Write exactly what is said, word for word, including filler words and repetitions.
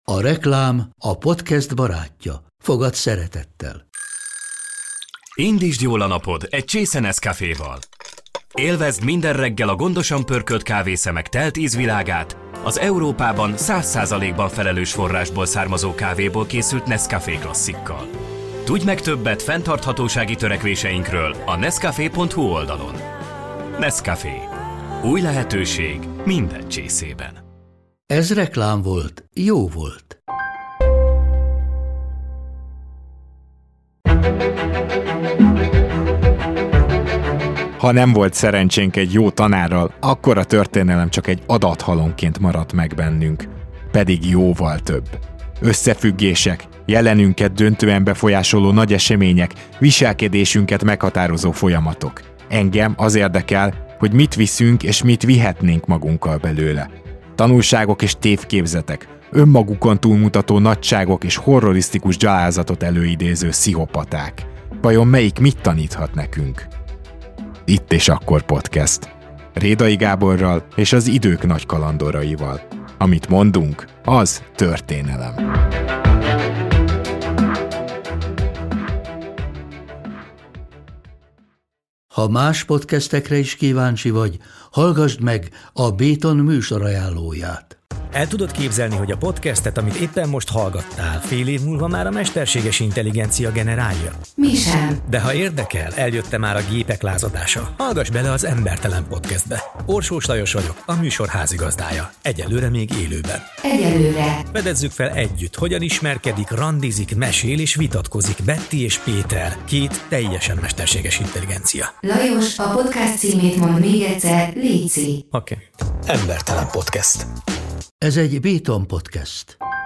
A reklám a podcast barátja. Fogad szeretettel. Indítsd jól a napod egy csésze Nescaféval. Élvezd minden reggel a gondosan pörkölt kávészemek telt ízvilágát, az Európában száz százalékban felelős forrásból származó kávéból készült Nescafé klasszikkal. Tudj meg többet fenntarthatósági törekvéseinkről a nescafé pont hu oldalon. Nescafé. Új lehetőség minden csészében. Ez reklám volt, jó volt. Ha nem volt szerencsénk egy jó tanárral, akkor a történelem csak egy adathalomként maradt meg bennünk. Pedig jóval több. Összefüggések, jelenünket döntően befolyásoló nagy események, viselkedésünket meghatározó folyamatok. Engem az érdekel, hogy mit viszünk és mit vihetnénk magunkkal belőle. Tanulságok és tévképzetek, önmagukon túlmutató nagyságok és horrorisztikus gyalázatot előidéző pszichopaták. Vajon melyik mit taníthat nekünk? Itt és akkor podcast. Rédai Gáborral és az idők nagy kalandoraival. Amit mondunk, az történelem. Ha más podcastekre is kíváncsi vagy, hallgassd meg a Béton műsor ajánlóját. El tudod képzelni, hogy a podcastet, amit éppen most hallgattál, fél év múlva már a mesterséges intelligencia generálja? Mi sem. De ha érdekel, eljött már a gépek lázadása. Hallgass bele az Embertelen podcastbe. Orsós Lajos vagyok, a műsor házigazdája. Egyelőre még élőben. Egyelőre. Fedezzük fel együtt, hogyan ismerkedik, randizik, mesél és vitatkozik Betty és Péter, két teljesen mesterséges intelligencia. Lajos, a podcast címét mond még egyszer, léci. Oké. Okay. Embertelen podcast. Ez egy Béton podcast.